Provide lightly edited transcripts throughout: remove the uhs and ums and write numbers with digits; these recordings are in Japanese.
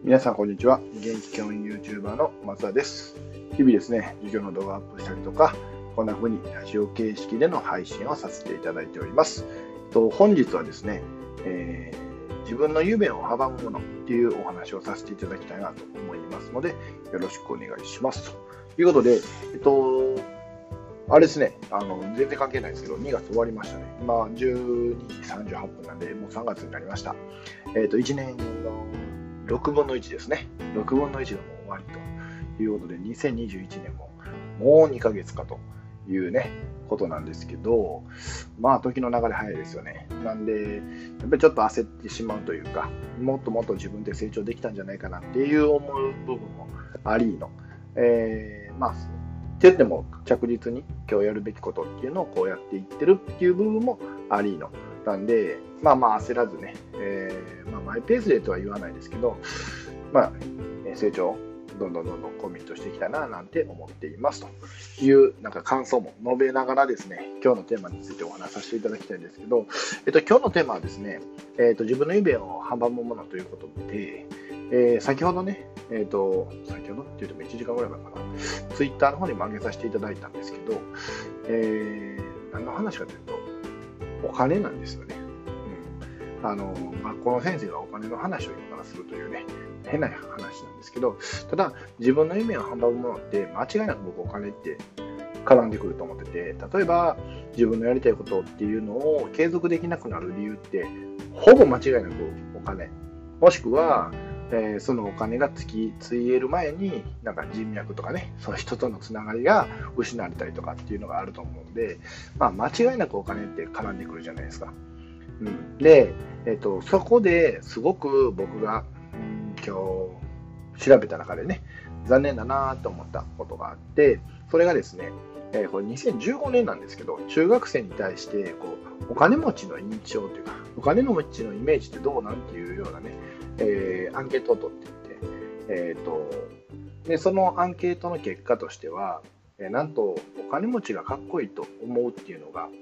皆さんこんにちは。現役教員 YouTuber の松田です。日々ですね、授業の動画をアップしたりとか、こんな風にラジオ形式での配信をさせていただいております。本日はですね、自分の夢を阻むものっていうお話をさせていただきたいなと思いますので、よろしくお願いします。ということで、あれですね、全然関係ないですけど、2月終わりましたね。今、12時38分なんで、もう3月になりました。1年の6分の1ですね。6分の1がもう終わりということで、2021年ももう2ヶ月かというね、ことなんですけど、まあ、時の流れ早いですよね。なんで、やっぱりちょっと焦ってしまうというか、もっともっと自分で成長できたんじゃないかなっていう思う部分もありの、まあ、って言っても着実に今日やるべきことっていうのをこうやっていってるっていう部分もありの。なんで、まあ焦らずね、マイペースでとは言わないですけど、成長どんどんコミットしていきたいななんて思っていますという感想も述べながらですね、今日のテーマについてお話しさせていただきたいんですけど、今日のテーマはですね、自分の夢を阻むものということで、先ほどね、先ほどって言っても1時間ぐらい前かな、ツイッターの方にも上げさせていただいたんですけど、何の話かというと、お金なんですよね。学校の先生がお金の話を今からするというね、変な話なんですけど、ただ、自分の夢を阻むものって間違いなく僕お金って絡んでくると思ってて、例えば自分のやりたいことっていうのを継続できなくなる理由って、ほぼ間違いなくお金。もしくは、そのお金がついえる前に人脈とかね、その人とのつながりが失われたりとかっていうのがあると思うんで、間違いなくお金って絡んでくるじゃないですか。で、そこですごく僕が、今日調べた中でね、残念だなと思ったことがあって、それがですね、これ2015年なんですけど、中学生に対してお金持ちの印象というか、お金持ちのイメージってどうなんていうようなね、アンケートを取っていて、でそのアンケートの結果としては、なんとお金持ちがかっこいいと思うっていうのが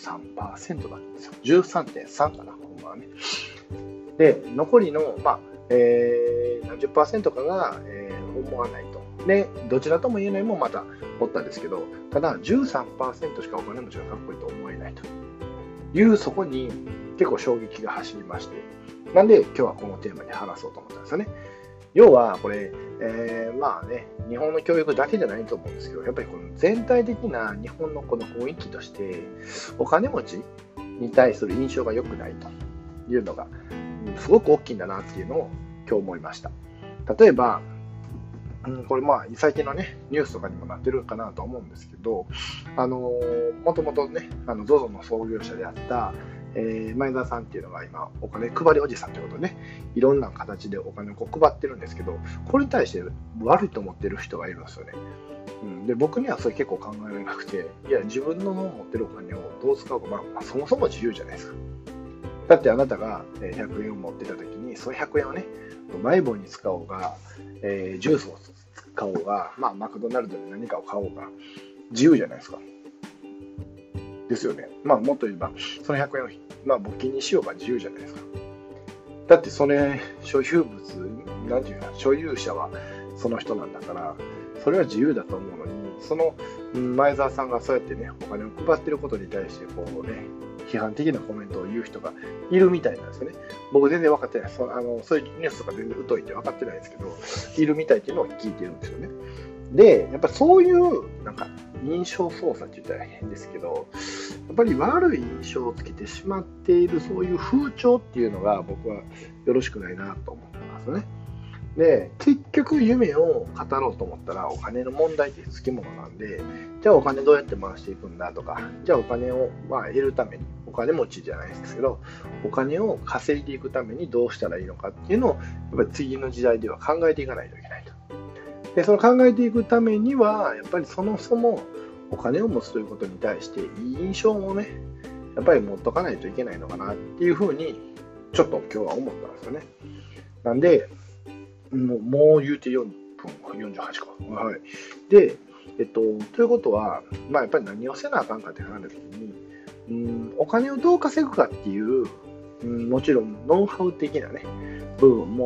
13% なんですよ。13.3 かな、ほんまはね。で、残りの、何十%かが、思わないと。で、どちらとも言えないもまたおったんですけど、ただ 13% しかお金持ちがかっこいいと思えないという、そこに結構衝撃が走りまして、なんで今日はこのテーマに話そうと思ったんですよね。要はこれ、日本の教育だけじゃないと思うんですけど、やっぱりこの全体的な日本のこの雰囲気として、お金持ちに対する印象が良くないというのが、すごく大きいんだなっていうのを今日思いました。例えば、これ最近のね、ニュースとかにもなってるかなと思うんですけど、もともとね、ZOZO の創業者であった、前澤さんっていうのが今お金配りおじさんということでね、いろんな形でお金を配ってるんですけど、これに対して悪いと思ってる人がいるんですよね。で、僕にはそれ結構考えられなくて、いや、自分の持ってるお金をどう使うか、そもそも自由じゃないですか。だってあなたが100円を持ってた時に、その100円をね、マイボーに使おうが、ジュースを買おうが、マクドナルドで何かを買おうが、自由じゃないですか。ですよね。もっと言えば、その100円を募金にしようが自由じゃないですか。だってそれ、所有物、所有者はその人なんだから、それは自由だと思うのに、その前澤さんがそうやってね、お金を配ってることに対して批判的なコメントを言う人がいるみたいなんですよね。僕全然分かってない。そういうニュースとか全然疎いんで分かってないですけど、いるみたいっていうのを聞いてるんですよね。で、やっぱりそういう印象操作って言ったら変ですけど、やっぱり悪い印象をつけてしまっているそういう風潮っていうのが僕はよろしくないなと思ってますね。で、結局夢を語ろうと思ったらお金の問題ってつきものなんで、じゃあお金どうやって回していくんだとか、じゃあお金を得るために、お金持ちじゃないですけど、お金を稼いでいくためにどうしたらいいのかっていうのをやっぱり次の時代では考えていかないといけないと。で、その考えていくためには、やっぱりそもそもお金を持つということに対していい印象をね、やっぱり持っとかないといけないのかなっていうふうに、ちょっと今日は思ったんですよね。なんで、もう言うて4分48か。はい。で、ということは、やっぱり何をせなあかんかって考えたときに、お金をどう稼ぐかっていう、もちろんノウハウ的なね、部分も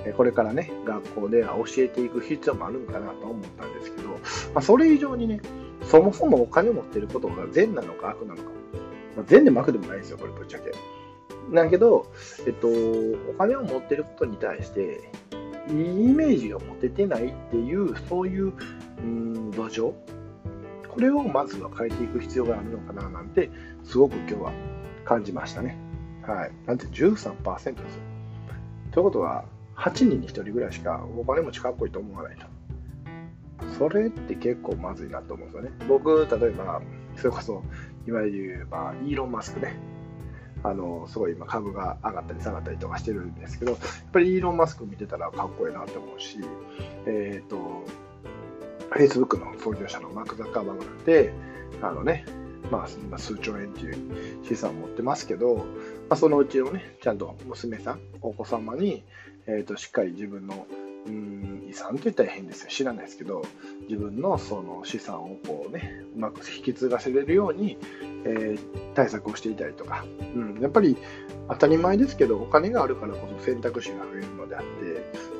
これからね、学校では教えていく必要もあるのかなと思ったんですけど、それ以上にね、そもそもお金を持っていることが善なのか悪なのか、善でも悪でもないんですよ、これぶっちゃけ。だけど、お金を持っていることに対して、いいイメージが持ててないっていう、そういう土壌、これをまずは変えていく必要があるのかななんて、すごく今日は感じましたね。はい。なんて 13% ですよ。ということは、8人に1人ぐらいしかお金持ちかっこいいと思わないと。それって結構まずいなと思うんですよね。僕、例えば、それこそ、いわゆる、イーロン・マスクね。すごい今株が上がったり下がったりとかしてるんですけど、やっぱりイーロン・マスク見てたらかっこいいなって思うし、Facebook の創業者のマーク・ザッカーバーグなんて、数兆円っていう資産を持ってますけど、そのうちをね、ちゃんと娘さん、お子様に、しっかり自分の遺産といったら変ですよ、知らないですけど、自分のその資産をこうね、うまく引き継がせれるように、対策をしていたりとか、やっぱり当たり前ですけど、お金があるからこそ選択肢が増えるのであって、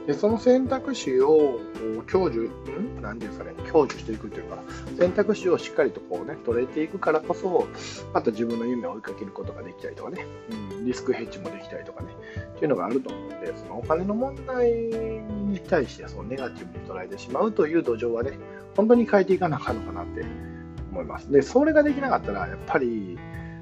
でその選択肢を享受していくというか、選択肢をしっかりとこうね、取れていくからこそ、また自分の夢を追いかけることができたりとかね、リスクヘッジもできたりとかね、っていうのがあると思うので、そのお金の問題に対してそのネガティブに捉えてしまうという土壌はね、本当に変えていかなあかんのかなって思います。で、それができなかったら、やっぱり、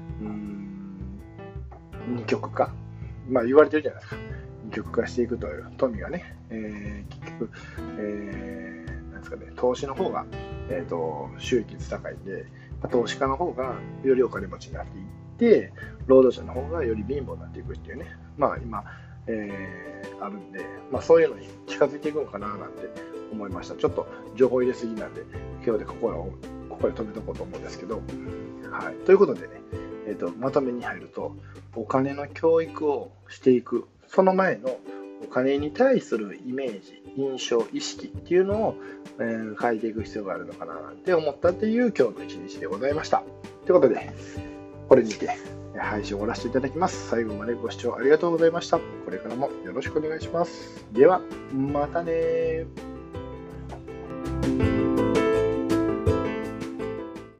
二極化、言われてるじゃないですか。二極化していくという富がね、結局、なんですかね、投資の方が、収益率高いんで、投資家の方がよりお金持ちになっていって、労働者の方がより貧乏になっていくっていうね、今、あるんで、そういうのに近づいていくのかななんて思いました。ちょっと情報入れすぎなんで、今日でここで止めとこうと思うんですけど、はい。ということでね、まとめに入ると、お金の教育をしていく、その前のお金に対するイメージ、印象、意識っていうのを、変えていく必要があるのかななんて思ったっていう今日の一日でございました。ということで、これにて配信を終わらせていただきます。最後までご視聴ありがとうございました。これからもよろしくお願いします。では、またね。